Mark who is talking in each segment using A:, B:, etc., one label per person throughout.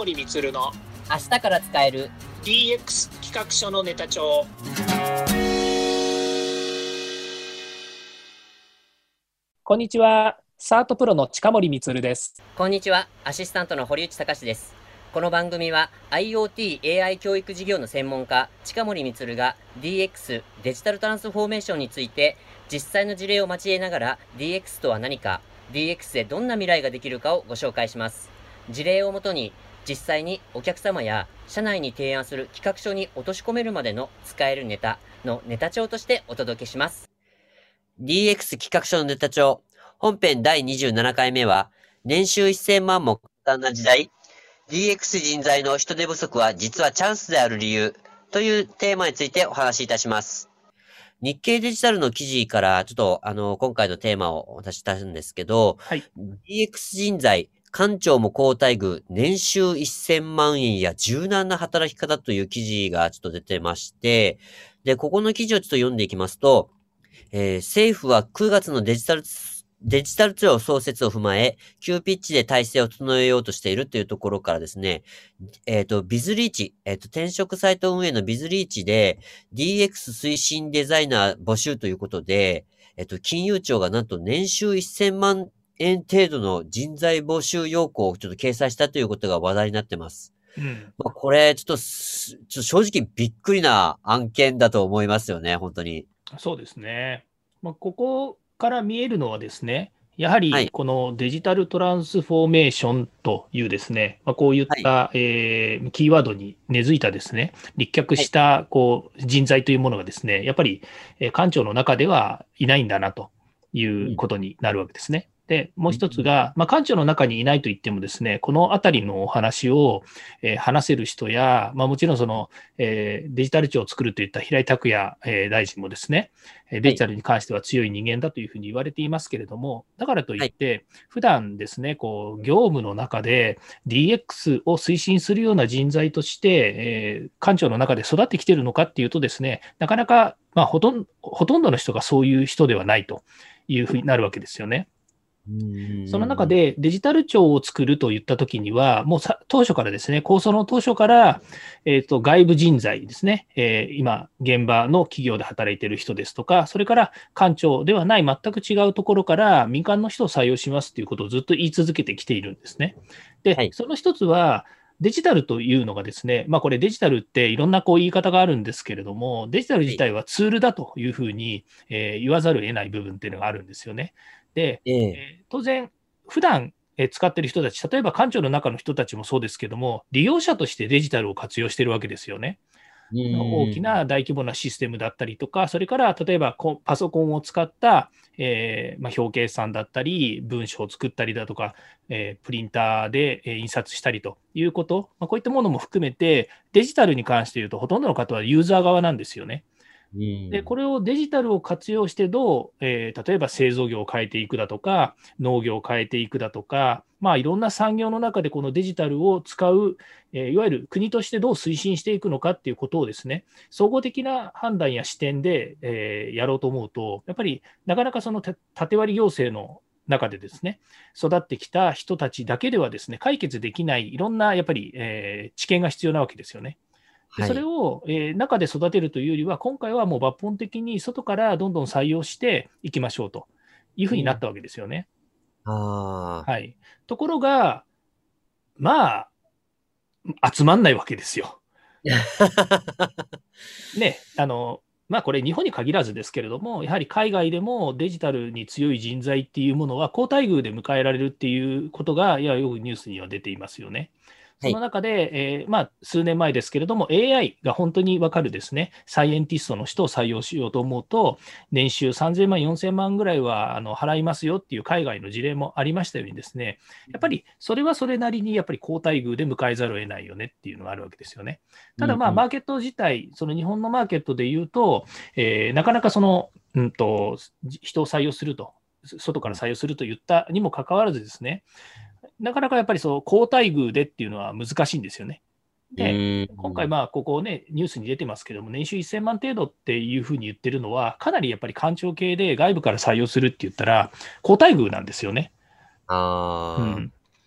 A: 森充の
B: 明日から使える
A: DX 企画書のネタ帳。こんにちは、サートプロの近森充です。
B: こんにちは、アシスタントの堀内隆です。この番組は IoT、AI 教育事業の専門家、近森充が DX、デジタルトランスフォーメーションについて実際の事例を交えながら DX とは何か、DX でどんな未来ができるかをご紹介します。事例をもとに実際にお客様や社内に提案する企画書に落とし込めるまでの使えるネタのネタ帳としてお届けします。DX 企画書のネタ帳本編第27回目は、年収1000万も簡単な時代、DX 人材の人手不足は実はチャンスである理由というテーマについてお話しいたします。日経デジタルの記事からちょっと今回のテーマをお出ししたんですけど、
A: はい、
B: DX 人材、官庁も好待遇、年収1000万円や柔軟な働き方という記事がちょっと出てまして、で、ここの記事をちょっと読んでいきますと、政府は9月のデジタル庁創設を踏まえ、急ピッチで体制を整えようとしているというところからですね、ビズリーチ、転職サイト運営のビズリーチで DX 推進デザイナー募集ということで、金融庁がなんと年収1000万円程度の人材募集要項をちょっと掲載したということが話題になってます。まあ、これ、ちょっと正直びっくりな案件だと思いますよね、本当に。
A: そうですね。ここから見えるのはですね、やは
B: はい。
A: りこのデジタルトランスフォーメーションというですね、こういっ
B: はい。
A: た、キーワードに根付いたですね、立脚
B: はい。
A: した人材というものがですね、やっぱり官庁の中ではいないんだなという
B: うん。
A: ことになるわけですね。で、もう
B: うん。
A: 一つが、官庁の中にいないと言ってもですね、このあたりのお話を、話せる人や、もちろんその、デジタル庁を作るといった平井卓也、大臣もですね、デ
B: はい。
A: ジタルに関しては強い人間だというふうに言われていますけれども、だからとい
B: はい。
A: って、普段ですね、業務の中で DX を推進するような人材として、官庁の中で育ってきているのかっていうとですね、なかなか、ほとんどの人がそういう人ではないというふうになるわけですよね。
B: うんうん
A: その
B: うんうん。
A: 中でデジタル庁を作るといったときには、もう当初からですね、構想の当初から、外部人材ですね、今、現場の企業で働いている人ですとか、それから官庁ではない全く違うところから民間の人を採用しますということをずっと言い続けてきているんですね。で、
B: はい。
A: その一つは、デジタルというのがですね、これデジタルっていろんな言い方があるんですけれども、デジタル
B: はい。
A: 自体はツールだというふうに、言わざるを得ない部分っていうのがあるんですよね。で、
B: ええ。
A: 当然、普段使っている人たち、例えば官庁の中の人たちもそうですけども、利用者としてデジタルを活用しているわけですよね。
B: うんうん
A: 大き
B: うん。
A: な大規模なシステムだったりとか、それから例えばパソコンを使った、表計算だったり、文章を作ったりだとか、プリンターで印刷したりということ、こういったものも含めて、デジタルに関して言うと、ほとんどの方はユーザー側なんですよね。
B: う
A: で、こ
B: ん。
A: れをデジタルを活用してどう、例えば製造業を変えていくだとか、農業を変えていくだとか、いろんな産業の中でこのデジタルを使う、いわゆる国としてどう推進していくのかっていうことをですね、総合的な判断や視点で、やろうと思うと、やっぱりなかなかその縦割り行政の中でですね、育ってきた人たちだけではですね、解決できないいろんなやっぱり、知見が必要なわけですよね。で、
B: はい。
A: それを、中で育てるというよりは、今回はもう抜本的に外からどんどん採用していきましょうというふ
B: うん。
A: うになったわけですよね。
B: ああ。
A: はい。ところが、ま集まんないわけですよ。ね、これ、日本に限らずですけれども、やはり海外でもデジタルに強い人材っていうものは、好待遇で迎えられるっていうことが、よくニュースには出ていますよね。その
B: はい。
A: 中で、数年前ですけれども、AI が本当に分かるですね、サイエンティストの人を採用しようと思うと、年収3000万、4000万ぐらいは払いますよっていう海外の事例もありましたようにですね、やっぱりそれはそれなりにやっぱり好待遇で迎えざるを得ないよねっていうのがあるわけですよね。ただ、
B: うんうん。
A: マーケット自体、その日本のマーケットで言うと、なかなか人を採用すると、外から採用すると言ったにもかかわらずですね、なかなかやっぱりそう好待遇でっていうのは難しいんですよね。
B: う
A: で、
B: ー
A: 今回、
B: ん。
A: ここね、ニュースに出てますけども、年収1000万程度っていうふうに言ってるのは、かなりやっぱり官庁系で外部から採用するって言ったら、好待遇なんですよね。う
B: ああ。
A: ん。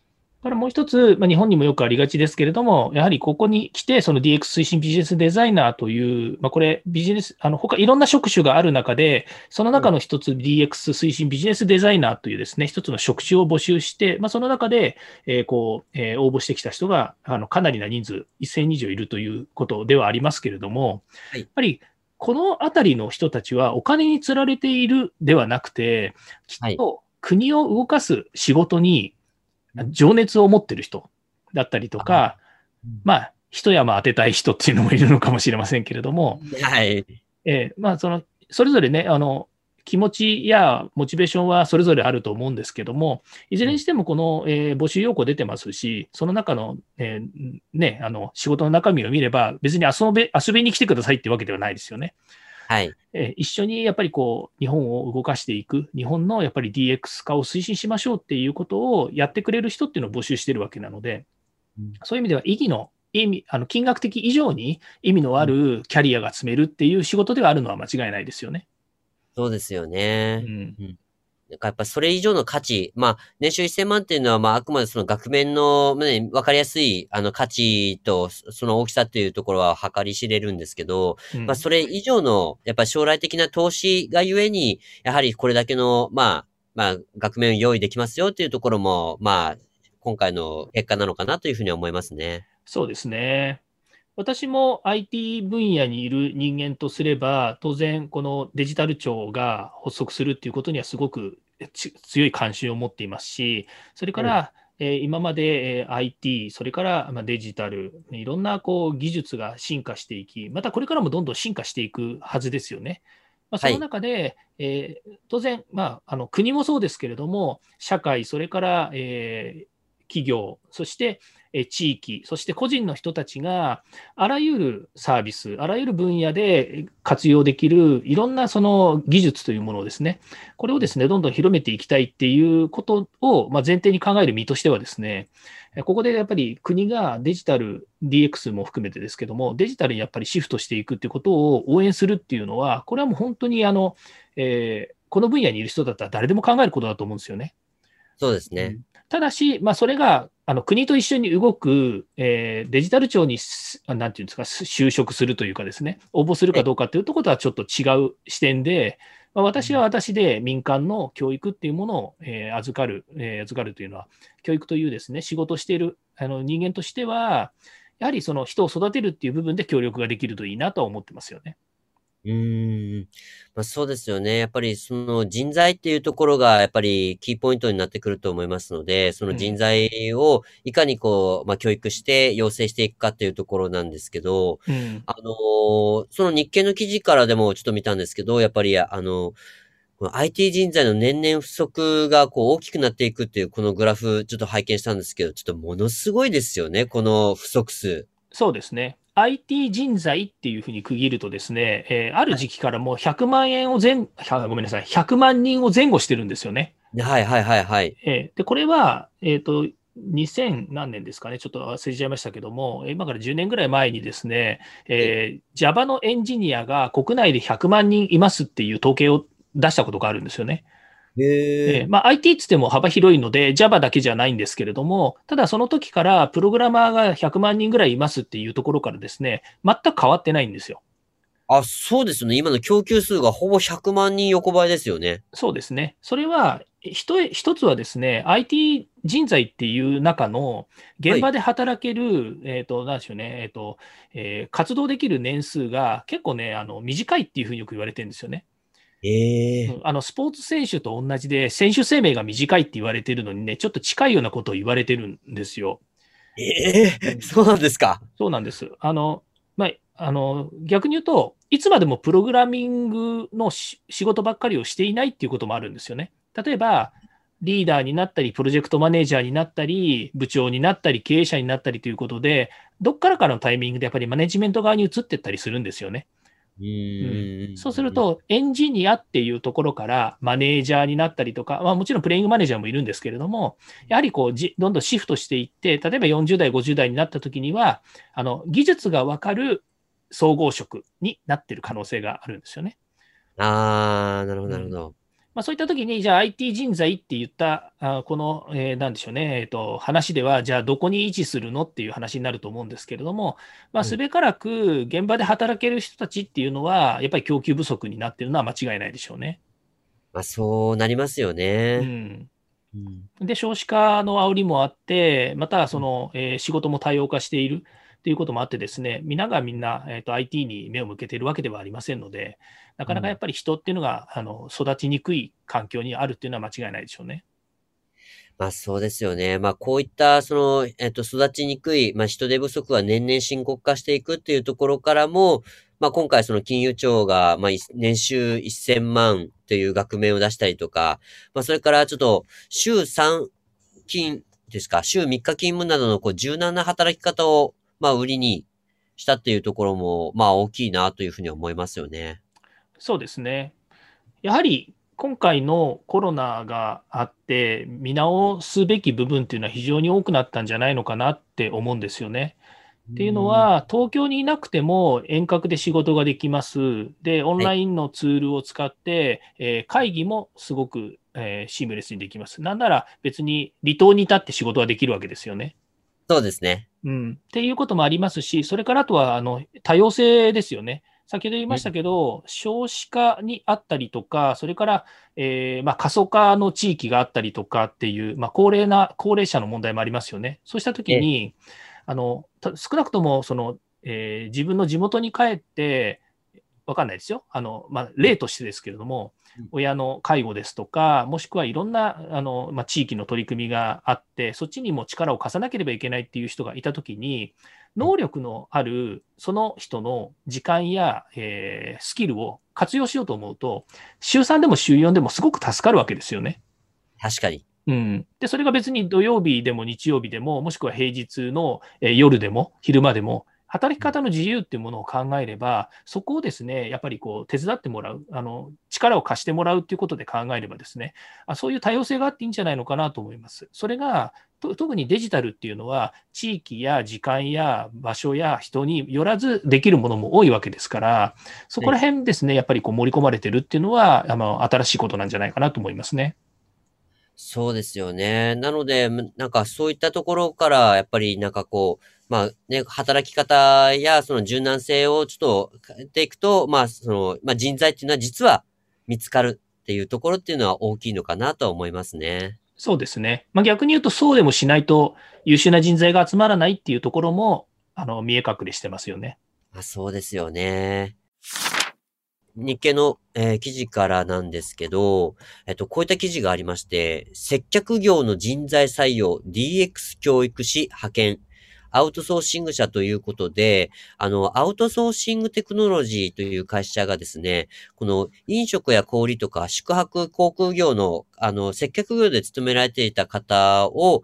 A: からもう一つ、日本にもよくありがちですけれども、やはりここに来て、その DX 推進ビジネスデザイナーという、これ、ビジネス、他いろんな職種がある中で、その中の一つ DX 推進ビジネスデザイナーというですね、一つの職種を募集して、その中で、応募してきた人が、かなりな人数、1000人以上いるということではありますけれども、
B: はい。
A: やっぱり、このあたりの人たちはお金に釣られているではなくて、き
B: はい。
A: っと国を動かす仕事に情熱を持ってる人だったりとか、一山当てたい人っていうのもいるのかもしれませんけれども、
B: はい。
A: それぞれね、気持ちやモチベーションはそれぞれあると思うんですけども、いずれにしてもこの、募集要項出てますし、その中の、仕事の中身を見れば、別に遊びに来てくださいってわけではないですよね。
B: はい。
A: 一緒にやっぱり日本を動かしていく、日本のやっぱり DX 化を推進しましょうっていうことをやってくれる人っていうのを募集してるわけなので、そういう意味では金額的以上に意味のあるキャリアが積めるっていう仕事ではあるのは間違いないですよね。
B: そうですよね。
A: うん。
B: なんかやっぱそれ以上の価値、年収1000万っていうのは、あくまでその額面の、わかりやすい、価値と、その大きさっていうところは計り知れるんですけど、
A: うん。
B: それ以上の、やっぱり将来的な投資がゆえに、やはりこれだけの、額面を用意できますよっていうところも、今回の結果なのかなというふうには思いますね。
A: そうですね。私も IT 分野にいる人間とすれば、当然、このデジタル庁が発足するっていうことにはすごく強い関心を持っていますし、それか
B: はい。
A: ら、今までIT、それからデジタル、いろんな技術が進化していき、またこれからもどんどん進化していくはずですよね。その
B: はい。
A: 中で、当然、国もそうですけれども、社会、それから、企業、そして地域、そして個人の人たちが、あらゆるサービス、あらゆる分野で活用できるいろんなその技術というものをですね、これをですね、どんどん広めていきたいっていうことを前提に考える身としてはですね、ここでやっぱり国がデジタル、DX も含めてですけども、デジタルにやっぱりシフトしていくっていうことを応援するっていうのは、これはもう本当にこの分野にいる人だったら誰でも考えることだと思うんですよね。
B: そうですね。
A: うん、ただし、それが国と一緒に動く、デジタル庁になんていうんですか、就職するというかですね、応募する
B: はい。
A: かどうかというところとはちょっと違う視点で、私は私で民間の教育っていうものを、預かるというのは、教育というですね、仕事をしている人間としては、やはりその人を育てるっていう部分で協力ができるといいなとは思ってますよね。
B: うーん。そうですよね。やっぱりその人材っていうところがやっぱりキーポイントになってくると思いますので、その人
A: うん。
B: 材をいかに教育して養成していくかっていうところなんですけど、
A: うん。
B: その日経の記事からでもちょっと見たんですけど、やっぱりこの IT 人材の年々不足が大きくなっていくっていうこのグラフちょっと拝見したんですけど、ちょっとものすごいですよね、この不足数。
A: そうですね。IT 人材っていうふうに区切るとですね、ある
B: はい。
A: 時期からもう100万円をごめんなさい、100万人を前後してるんですよね。
B: はいはいはいはい。
A: で、これは、2000何年ですかね、ちょっと忘れちゃいましたけども、今から10年ぐらい前にですね、
B: はい。
A: Java のエンジニアが国内で100万人いますっていう統計を出したことがあるんですよね。
B: へえ。
A: IT っつっても幅広いので Java だけじゃないんですけれども、ただその時からプログラマーが100万人ぐらいいますっていうところからですね、全く変わってないんですよ。
B: あ、そうですね。今の供給数がほぼ100万人横ばいですよね。
A: そうですね。それは、一つはですね、IT 人材っていう中の
B: はい。
A: 現場で働ける、なんでしょうね、活動できる年数が結構ね、短いっていうふうによく言われてるんですよね。
B: ええ。
A: スポーツ選手と同じで、選手生命が短いって言われてるのにね、ちょっと近いようなことを言われてるんですよ。
B: ええ、そうなんですか。
A: そうなんです。逆に言うと、いつまでもプログラミングの仕事ばっかりをしていないっていうこともあるんですよね。例えば、リーダーになったり、プロジェクトマネージャーになったり、部長になったり、経営者になったりということで、どっからかのタイミングでやっぱりマネジメント側に移っていったりするんですよね。
B: う
A: うん、そうす
B: ーん。
A: ると、エンジニアっていうところからマネージャーになったりとか、もちろんプレイングマネージャーもいるんですけれども、やはりどんどんシフトしていって、例えば40代、50代になった時には、技術が分かる総合職になっている可能性があるんですよね。
B: ああ、なるほど
A: うん、
B: なるほど。
A: そういったときに、じゃあ IT 人材って言った、この、なんでしょうね、話では、じゃあどこに位置するのっていう話になると思うんですけれども、
B: はい。
A: すべからく現場で働ける人たちっていうのは、やっぱり供給不足になっているのは間違いないでしょうね。
B: そうなりますよね。
A: うん。
B: うん。
A: で、少子化の煽りもあって、また
B: うん。
A: 仕事も多様化しているということもあってですね、皆がみんな、IT に目を向けているわけではありませんので、な
B: うん。
A: かなかやっぱり人っていうのが育ちにくい環境にあるっていうのは間違いないでしょうね。
B: そうですよね。こういった、育ちにくい、人手不足が年々深刻化していくっていうところからも、今回その金融庁が、年収1000万という額面を出したりとか、それからちょっと、週3勤ですか、週3日勤務などのこう柔軟な働き方を、売りにしたっていうところも、大きいなというふうに思いますよね。
A: そうですね。やはり今回のコロナがあって、見直すべき部分っていうのは非常に多くなったんじゃないのかなって思うんですよね。
B: う
A: っていうの
B: ーん。
A: は、東京にいなくても遠隔で仕事ができます。で、オン
B: はい。
A: ラインのツールを使って、会議もすごく、シームレスにできます。なんなら別に離島に立って仕事ができるわけですよね。
B: そうですね。
A: うん、っていうこともありますし、それからあとは多様性ですよね。先ほど言い
B: うん。
A: ましたけど、少子化にあったりとか、それから、過疎化の地域があったりとかっていう、高齢者の問題もありますよね。そうしたとき
B: ええ。
A: に、少なくとも自分の地元に帰って、わかんないですよ。
B: はい。
A: 例としてですけれども、
B: うん。
A: 親の介護ですとか、もしくはいろんな地域の取り組みがあって、そっちにも力を貸さなければいけないっていう人がいたときに、
B: はい。
A: 能力のあるその人の時間や、スキルを活用しようと思うと、週3でも週4でもすごく助かるわけですよね。
B: 確かに。
A: うん、でそれが別に土曜日でも日曜日でも、もしくは平日の夜でも昼間でも、働き
B: うん。
A: 方の自由っていうものを考えれば、そこをですね、やっぱりこう手伝ってもらう、力を貸してもらうっていうことで考えればですね、そういう多様性があっていいんじゃないのかなと思います。それが特にデジタルっていうのは、地域や時間や場所や人によらずできるものも多いわけですから、そこら
B: はい。
A: 辺ですね、やっぱりこう盛り込まれてるっていうのは、新しいことなんじゃないかなと思いますね。
B: そうですよね。なので、なんかそういったところから、やっぱりなんかこう、働き方やその柔軟性をちょっと変えていくと、人材っていうのは実は見つかるっていうところっていうのは大きいのかなとは思いますね。
A: そうですね。逆に言うと、そうでもしないと優秀な人材が集まらないっていうところも、見え隠れしてますよね。
B: そうですよね。日経の、記事からなんですけど、こういった記事がありまして、接客業の人材採用、DX 教育士派遣、アウトソーシング社ということで、アウトソーシングテクノロジーという会社がですね、この飲食や小売とか宿泊航空業の、接客業で勤められていた方を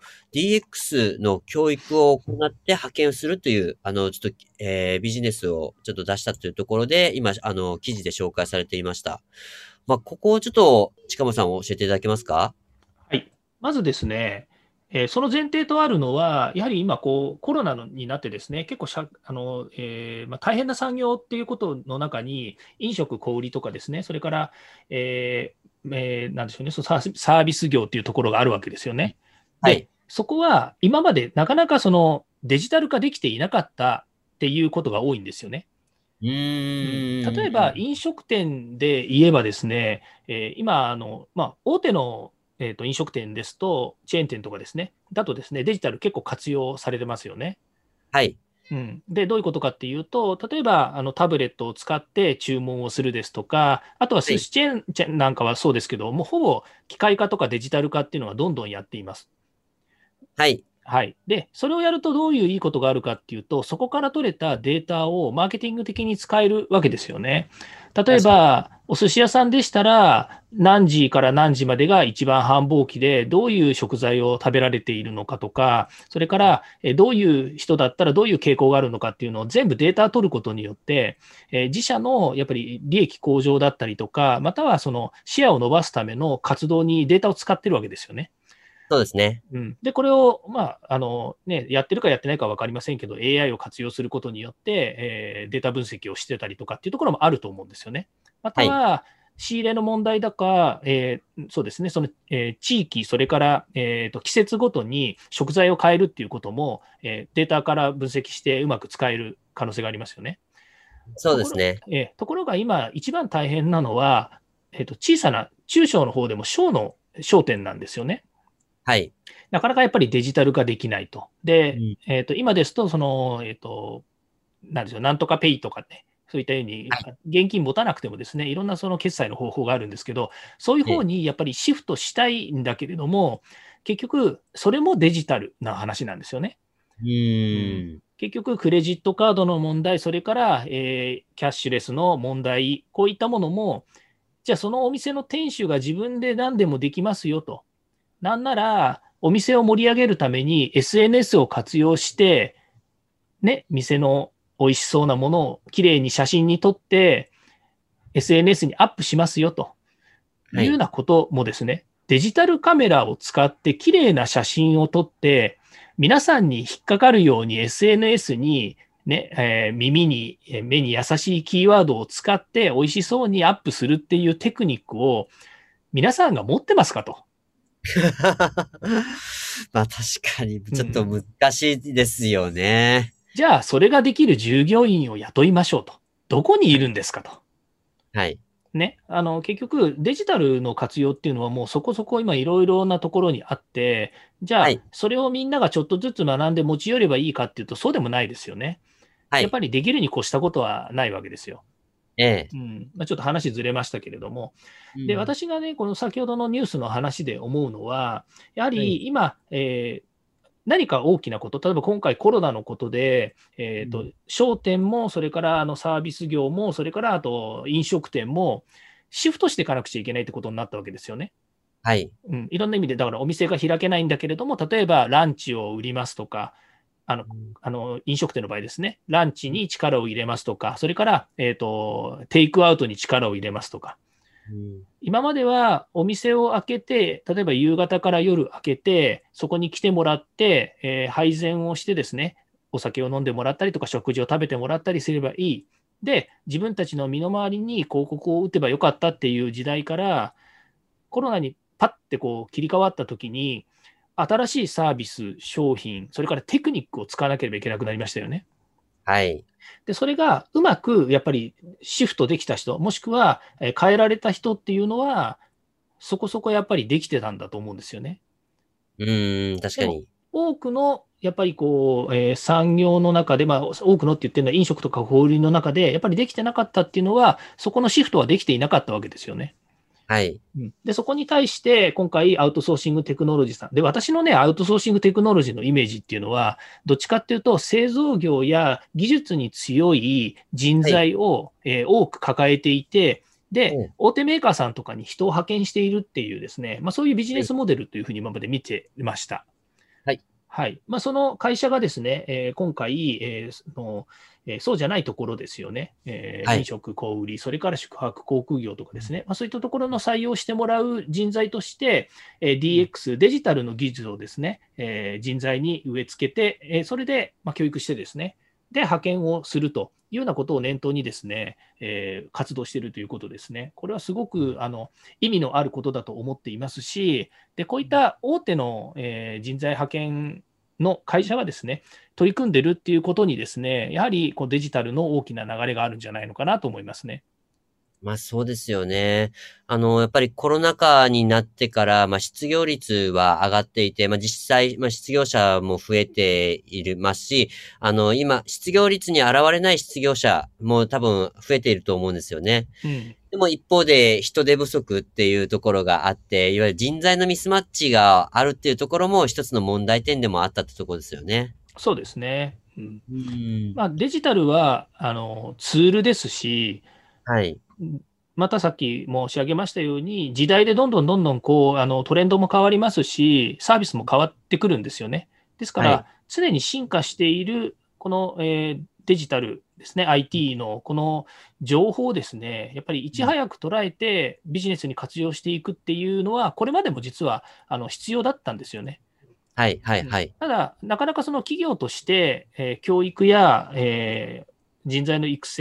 B: DX の教育を行って派遣するという、ちょっとビジネスをちょっと出したというところで、今、記事で紹介されていました。ここをちょっと、近間さん教えていただけますか？
A: はい。まずですね、その前提とあるのは、やはり今コロナになってですね、結構大変な産業っていうことの中に、飲食、小売りとかですね、それから、なんでしょうね、サービス業っていうところがあるわけですよね。で、
B: はい。
A: そこは今までなかなかそのデジタル化できていなかったっていうことが多いんですよね。
B: う
A: うん、
B: ー
A: 例えば
B: ん。
A: 飲食店で言えばですね、今大手の、飲食店ですと、チェーン店とかですね、だとですね、デジタル結構活用されてますよね。
B: はい。
A: うん、で、どういうことかっていうと、例えばタブレットを使って注文をするですとか、あとは
B: はい。
A: 寿司チェーンなんかはそうですけど、もうほぼ機械化とかデジタル化っていうのはどんどんやっています。
B: はい。
A: はい。で、それをやるとどういういいことがあるかっていうと、そこから取れたデータをマーケティング的に使えるわけですよね。例え
B: 確かに。
A: ば、お寿司屋さんでしたら、何時から何時までが一番繁忙期で、どういう食材を食べられているのかとか、それから、どういう人だったらどういう傾向があるのかっていうのを全部データを取ることによって、自社のやっぱり利益向上だったりとか、またはそのシェアを伸ばすための活動にデータを使ってるわけですよね。
B: そうですね。
A: うん、で、これを、やってるかやってないか分かりませんけど、AI を活用することによって、データ分析をしてたりとかっていうところもあると思うんですよね。ま
B: はい。
A: たは、 仕入れの問題だか、そうですね、その、地域、それから、季節ごとに食材を変えるっていうことも、データから分析してうまく使える可能性がありますよね。ところが今、一番大変なのは、小さな中小の方でも小の商店なんですよね。
B: はい。
A: なかなかやっぱりデジタル化できないと。で、
B: うん、
A: 今ですと、その、なんですよ、なんとかペイとかね、そういったように、
B: はい。
A: 現金持たなくてもですね、いろんなその決済の方法があるんですけど、そういう
B: ええ。
A: 方にやっぱりシフトしたいんだけれども、結局、それもデジタルな話なんですよね。
B: う
A: うん、
B: ーん。
A: 結局、クレジットカードの問題、それから、キャッシュレスの問題、こういったものも、じゃあそのお店の店主が自分で何でもできますよと。なんなら、お店を盛り上げるために SNS を活用して、ね、店の美味しそうなものをきれいに写真に撮って、SNS にアップしますよと
B: はい。
A: いうようなこともですね、デジタルカメラを使ってきれいな写真を撮って、皆さんに引っかかるように SNS に、ね耳に、目に優しいキーワードを使って美味しそうにアップするっていうテクニックを皆さんが持ってますかと。
B: まあ確かに、ちょっと
A: うん、
B: 難しいですよね。
A: じゃあ、それができる従業員を雇いましょうと。どこにいるんですかと。
B: はい。
A: ね、結局、デジタルの活用っていうのは、もうそこそこ今、いろいろなところにあって、じゃあ、
B: はい。
A: それをみんながちょっとずつ学んで持ち寄ればいいかっていうと、そうでもないですよね。
B: はい。
A: やっぱりできるに越したことはないわけですよ。
B: ええ。
A: ちょっと話ずれましたけれども、で、
B: うん。
A: 私がね、この先ほどのニュースの話で思うのは、やは
B: はい。
A: り今、何か大きなこと、例えば今回コロナのことで、
B: うん。
A: 商店も、それからサービス業も、それからあと飲食店も、シフトしていかなくちゃいけないってことになったわけですよね。
B: はい。
A: いろんな意味で、だからお店が開けないんだけれども、例えばランチを売りますとか、あの
B: うん。
A: 飲食店の場合ですね、ランチに力を入れますとか、それから、テイクアウトに力を入れますとか、
B: うん。
A: 今まではお店を開けて、例えば夕方から夜開けて、そこに来てもらって、配膳をしてですね、お酒を飲んでもらったりとか、食事を食べてもらったりすればいい。で、自分たちの身の回りに広告を打てばよかったっていう時代から、コロナにパッてこう切り替わった時に、新しいサービス、商品、それからテクニックを使わなければいけなくなりましたよね。
B: はい。
A: で、それがうまくやっぱりシフトできた人、もしくは変えられた人っていうのは、そこそこやっぱりできてたんだと思うんですよね。
B: うーん、確
A: でも、
B: かに。
A: 多くのやっぱりこう、産業の中で、まあ、多くのって言ってるのは飲食とか小売りの中で、やっぱりできてなかったっていうのは、そこのシフトはできていなかったわけですよね。
B: はい。
A: で、そこに対して、今回、アウトソーシングテクノロジーさん。で、私のね、アウトソーシングテクノロジーのイメージっていうのは、どっちかっていうと、製造業や技術に強い人
B: はい。
A: 材を、多く抱えていて、で、
B: おう。
A: 大手メーカーさんとかに人を派遣しているっていうですね、まあ、そういうビジ
B: はい。
A: ネスモデルというふうに今まで見てました。
B: はい。
A: はい。まあ、その会社がですね、今回、そうじゃないところですよね。飲
B: はい。
A: 食、小売り、それから宿泊、航空業とか
B: うん。
A: ですね。まあ、そういったところの採用してもらう人材として、
B: うん。
A: DX、デジタルの技術をですね、人材に植え付けて、それで、まあ、教育してですね、で、派遣をするというようなことを念頭にですね、活動しているということですね。これはすごく意味のあることだと思っていますし、で、こういった大手の、人材派遣の会社がですね、取り組んでるっていうことにですね、やはりこうデジタルの大きな流れがあるんじゃないのかなと思いますね。
B: まあそうですよね。やっぱりコロナ禍になってから、まあ失業率は上がっていて、まあ実際、まあ失業者も増えていますし、今、失業率に現れない失業者も多分増えていると思うんですよね。
A: うん、
B: でも一方で人手不足っていうところがあって、いわゆる人材のミスマッチがあるっていうところも一つの問題点でもあったってところですよね。
A: そうですね。
B: うーん。
A: まあ、デジタルはツールですし、
B: はい。
A: またさっき申し上げましたように、時代でどんどんどんどんこうトレンドも変わりますし、サービスも変わってくるんですよね。ですから、
B: はい。
A: 常に進化しているこの、デジタルですね、IT のこの情報をですね、やっぱりいち
B: うん。
A: 早く捉えてビジネスに活用していくっていうのは、これまでも実は必要だったんですよね。
B: はい、はい、はい。
A: ただ、なかなかその企業として、教育や、人材の育成、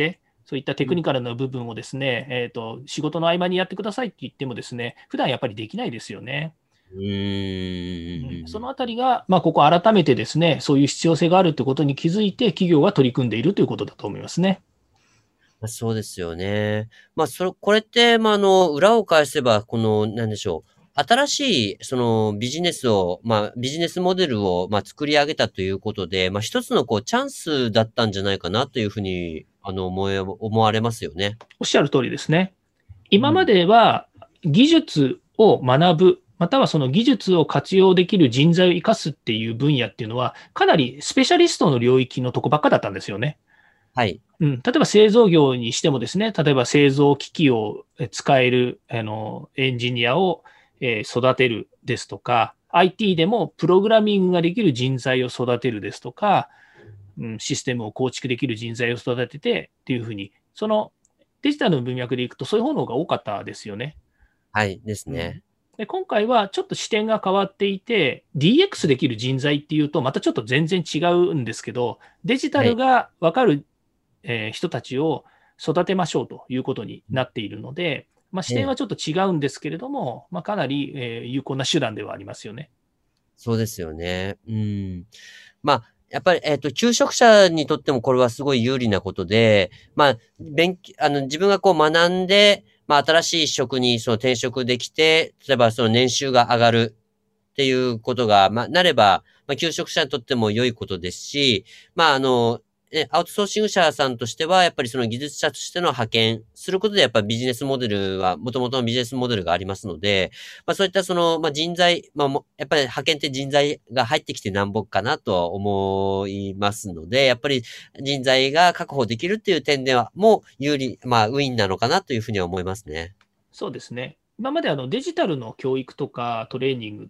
A: そういったテクニカルな部分をですね、仕事の合間にやってくださいって言ってもですね、普段やっぱりできないですよね。そのあたりが、ここ改めてですね、そういう必要性があるということに気づいて、企業が取り組んでいるということだと思いますね。
B: そうですよね。これって、裏を返せば、なんでしょう。新しい、ビジネスを、ビジネスモデルを、作り上げたということで、一つの、チャンスだったんじゃないかなというふうに、思われますよね。
A: おっしゃる通りですね。今までは技術を学ぶ、またはその技術を活用できる人材を生かすっていう分野っていうのは、かなりスペシャリストの領域のとこばっかだったんですよね。
B: はい。
A: 例えば製造業にしてもですね、例えば製造機器を使えるエンジニアを育てるですとか、IT でもプログラミングができる人材を育てるですとか、システムを構築できる人材を育ててっていうふうに、そのデジタルの文脈でいくと、そういう方が多かったですよね。
B: はいですね。
A: で今回はちょっと視点が変わっていて、DX できる人材っていうと、またちょっと全然違うんですけど、デジタル
B: はい。
A: が分かる人たちを育てましょうということになっているので、視点は
B: ええ。
A: ちょっと違うんですけれども、かなり有効な手段ではありますよね。
B: そうですよね。やっぱり、求職者にとってもこれはすごい有利なことで、自分が学んで、新しい職に転職できて、例えば年収が上がるっていうことが、なれば、求職者にとっても良いことですし、アウトソーシング社さんとしては、やっぱりその技術者としての派遣することで、やっぱりビジネスモデルは、もともとのビジネスモデルがありますので、そういった人材、やっぱり派遣って人材が入ってきてなんぼかなとは思いますので、やっぱり人材が確保できるっていう点では、もう有利、ウィンなのかなというふうには思いますね。
A: そうですね。今までデジタルの教育とかトレーニングって、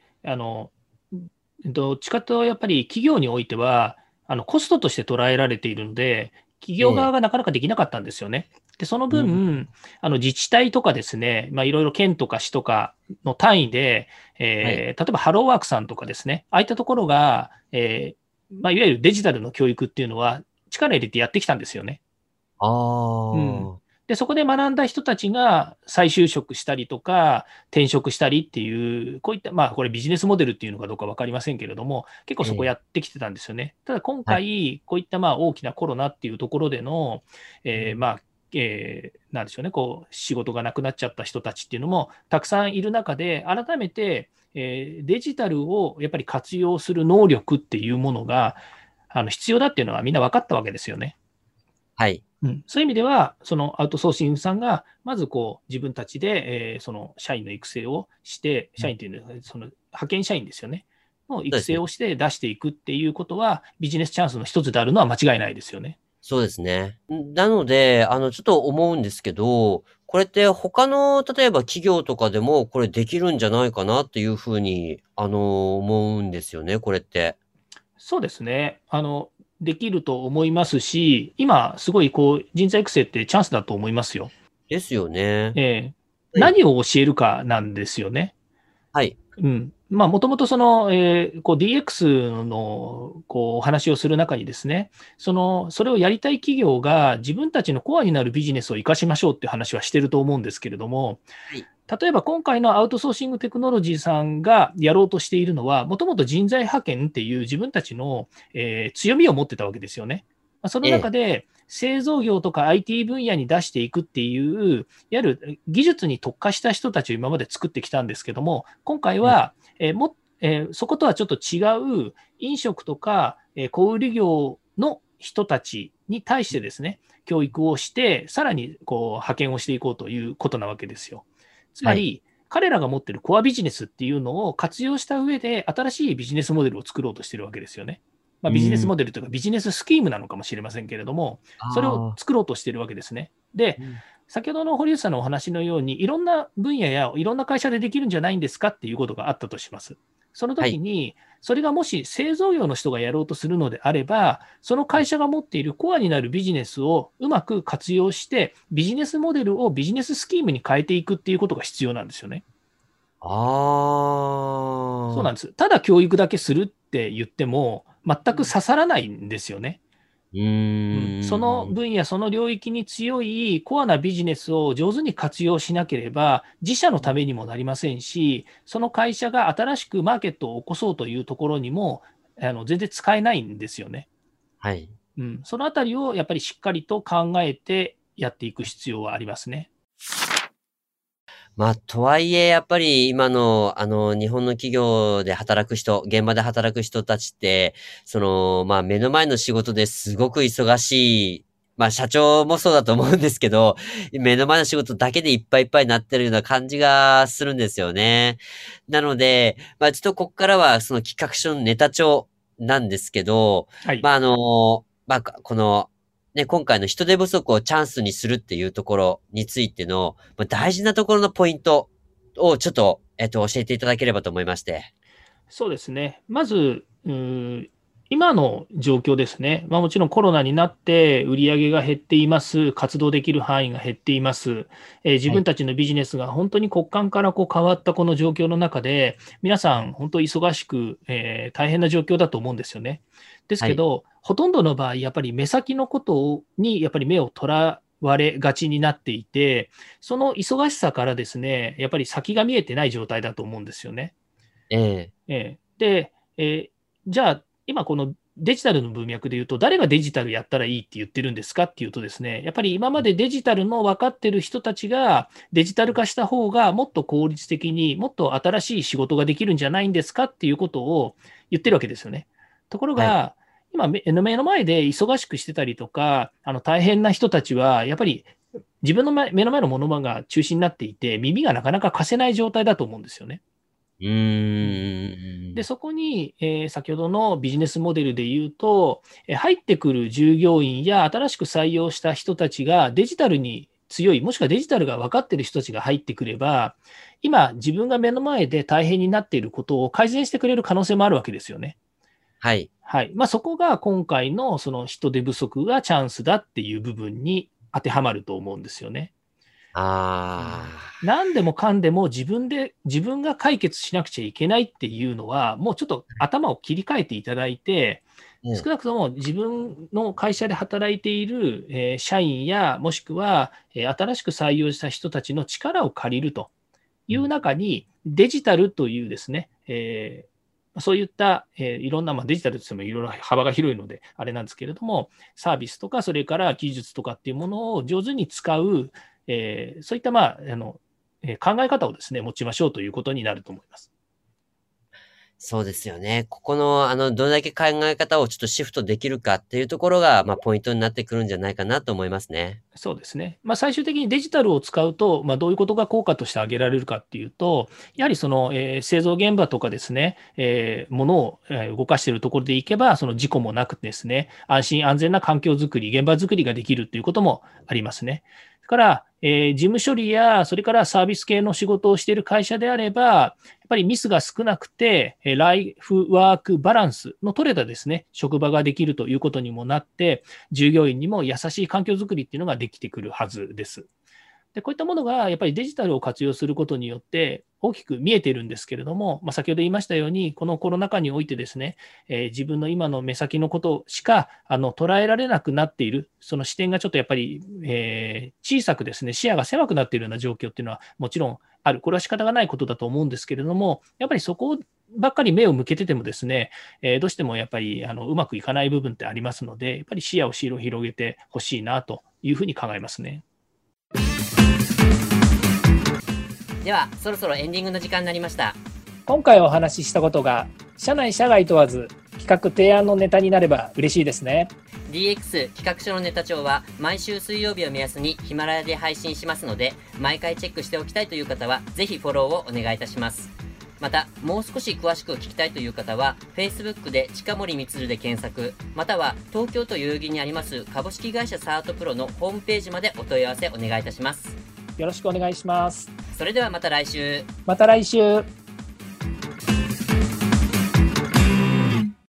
A: どっちかというとやっぱり企業においては、コストとして捉えられているので、企業側
B: ええ、
A: がなかなかできなかったんですよね。で、その
B: うん、
A: 分、自治体とかですね、いろいろ県とか市とかの単位で、
B: はい。
A: 例えばハローワークさんとかですね、ああいったところが、いわゆるデジタルの教育っていうのは力入れてやってきたんですよね。
B: あ
A: うん。
B: あ、
A: で、そこで学んだ人たちが再就職したりとか、転職したりっていう、こういった、これビジネスモデルっていうのかどうか分かりませんけれども、結構そこや
B: ええ、
A: ってきてたんですよね。ただ今
B: はい。
A: 回、こういった大きなコロナっていうところでの、
B: うん、
A: えーまあ、なんでしょうね、こう、仕事がなくなっちゃった人たちっていうのもたくさんいる中で、改めて、デジタルをやっぱり活用する能力っていうものが、必要だっていうのはみんな分かったわけですよね。
B: はい。
A: そういう意味では、そのアウトソーシングさんが、まずこう自分たちで、その社員の育成をして、
B: うん、
A: 社員というのは、その派遣社員ですよね、の育
B: そうですね。
A: 成をして出していくっていうことは、ビジネスチャンスの一つであるのは間違いないですよね。
B: そうですね。なので、ちょっと思うんですけど、これって他の、例えば企業とかでも、これできるんじゃないかなっていうふうに、思うんですよね、これって。
A: そうですね。できると思いますし、今、すごいこう人材育成ってチャンスだと思いますよ。
B: ですよね。はい。
A: 何を教えるかなんですよね。
B: はい。
A: もともとその、こう DX のこうお話をする中にですね、それをやりたい企業が自分たちのコアになるビジネスを生かしましょうっていう話はしてると思うんですけれども、
B: はい。
A: 例えば今回のアウトソーシングテクノロジーさんがやろうとしているのは、もともと人材派遣っていう自分たちの、強みを持ってたわけですよね。その
B: ええ。
A: 中で製造業とか IT 分野に出していくっていう、いわゆる技術に特化した人たちを今まで作ってきたんですけども、今回
B: ええ。
A: は、そことはちょっと違う飲食とか、小売業の人たちに対してですね、教育をして、さらにこう派遣をしていこうということなわけですよ。つま
B: はい。
A: り、彼らが持っているコアビジネスっていうのを活用した上で、新しいビジネスモデルを作ろうとしているわけですよね。ビジネス
B: うーん。
A: モデルというかビジネススキームなのかもしれませんけれども、それを
B: ああ。
A: 作ろうとしているわけですね。で、
B: うん。
A: 先ほどの堀内さんのお話のように、いろんな分野やいろんな会社でできるんじゃないんですかっていうことがあったとします。その
B: はい。
A: 時に、それがもし製造業の人がやろうとするのであれば、その会社が持っているコアになるビジネスをうまく活用して、ビジネスモデルをビジネススキームに変えていくっていうことが必要なんですよね。そうな
B: ああ。
A: んです。ただ教育だけするって言っても、全く
B: うん。
A: 刺さらないんですよね。 その分野、その領域に強いコアなビジネスを上手に活用しなければ、自社のためにもなりませんし、その会社が新しくマーケットを起こそうというところにも、全然使えないんですよね。
B: はい。
A: そのあたりをやっぱりしっかりと考えてやっていく必要はありますね。
B: とはいえ、やっぱり今の、日本の企業で働く人、現場で働く人たちって、目の前の仕事ですごく忙しい、社長もそうだと思うんですけど、目の前の仕事だけでいっぱいいっぱいになってるような感じがするんですよね。なので、ちょっとここからはその企画書のネタ帳なんですけど、
A: はい。
B: この、ね、今回の人手不足をチャンスにするっていうところについての、大事なところのポイントをちょっと、教えていただければと思いまして。
A: そうですね。まず、今の状況ですね。もちろんコロナになって売り上げが減っています。活動できる範囲が減っています。自
B: はい。
A: 分たちのビジネスが本当に骨幹から変わったこの状況の中で、皆さん本当忙しく、大変な状況だと思うんですよね。です
B: はい。
A: けど、ほとんどの場合、やっぱり目先のことにやっぱり目をとらわれがちになっていて、その忙しさからですね、やっぱり先が見えてない状態だと思うんですよね。
B: ええ。
A: で、じゃあ、今このデジタルの文脈で言うと、誰がデジタルやったらいいって言ってるんですかっていうとですね、やっぱり今までデジタルの分かってる人たちがデジタル化した方がもっと効率的にもっと新しい仕事ができるんじゃないんですかっていうことを言ってるわけですよね。ところ
B: はい。
A: が、今目の前で忙しくしてたりとか、大変な人たちは、やっぱり自分の目の前のものが中心になっていて、耳がなかなか貸せない状態だと思うんですよね。
B: う
A: うん。で、
B: ーん。
A: そこに、先ほどのビジネスモデルで言うと、入ってくる従業員や新しく採用した人たちがデジタルに強い、もしくはデジタルが分かっている人たちが入ってくれば、今、自分が目の前で大変になっていることを改善してくれる可能性もあるわけですよね。
B: はい。
A: はい。そこが今回のその人手不足がチャンスだっていう部分に当てはまると思うんですよね。何でもかんでも自分が解決しなくちゃいけないっていうのは、もうちょっと頭を切り替えていただいて、少
B: ええ。
A: なくとも自分の会社で働いている、社員や、もしくは、新しく採用した人たちの力を借りるという
B: うん。
A: 中に、デジタルというですね、そういった、いろんな、デジタルといってもいろいろ幅が広いので、あれなんですけれども、サービスとか、それから技術とかっていうものを上手に使う、そういった、考え方をですね、持ちましょうということになると思います。
B: そうですよね。ここの、どれだけ考え方をちょっとシフトできるかっていうところが、ポイントになってくるんじゃないかなと思いますね。
A: そうですね。最終的にデジタルを使うと、どういうことが効果として挙げられるかっていうと、やはりその、製造現場とかですね、ものを動かしているところでいけば、その事故もなくですね、安心安全な環境づくり、現場づくりができるということもありますね。それから、事務処理や、それからサービス系の仕事をしている会社であれば、やっぱりミスが少なくて、ライフワークバランスの取れたですね、職場ができるということにもなって、従業員にも優しい環境づくりっていうのができてくるはずです。で、こういったものがやっぱりデジタルを活用することによって大きく見えているんですけれども、先ほど言いましたように、このコロナ禍においてですね、自分の今の目先のことしか捉えられなくなっている、その視点がちょっとやっぱり、小さくですね、視野が狭くなっているような状況っていうのはもちろんある。これは仕方がないことだと思うんですけれども、やっぱりそこばっかり目を向けててもですね、どうしてもやっぱりうまくいかない部分ってありますので、やっぱり視野を広げてほしいなというふうに考えますね。
B: では、そろそろエンディングの時間になりました。
A: 今回お話ししたことが社内社外問わず企画提案のネタになれば嬉しいですね。
B: DX 企画書のネタ帳は毎週水曜日を目安にヒマラヤで配信しますので、毎回チェックしておきたいという方はぜひフォローをお願いいたします。また、もう少し詳しく聞きたいという方は Facebook で近森光で検索、または東京都代々木にあります株式会社サートプロのホームページまでお問い合わせお願いいたします。
A: よろしくお願いします。
B: それではまた来週。
A: また来週。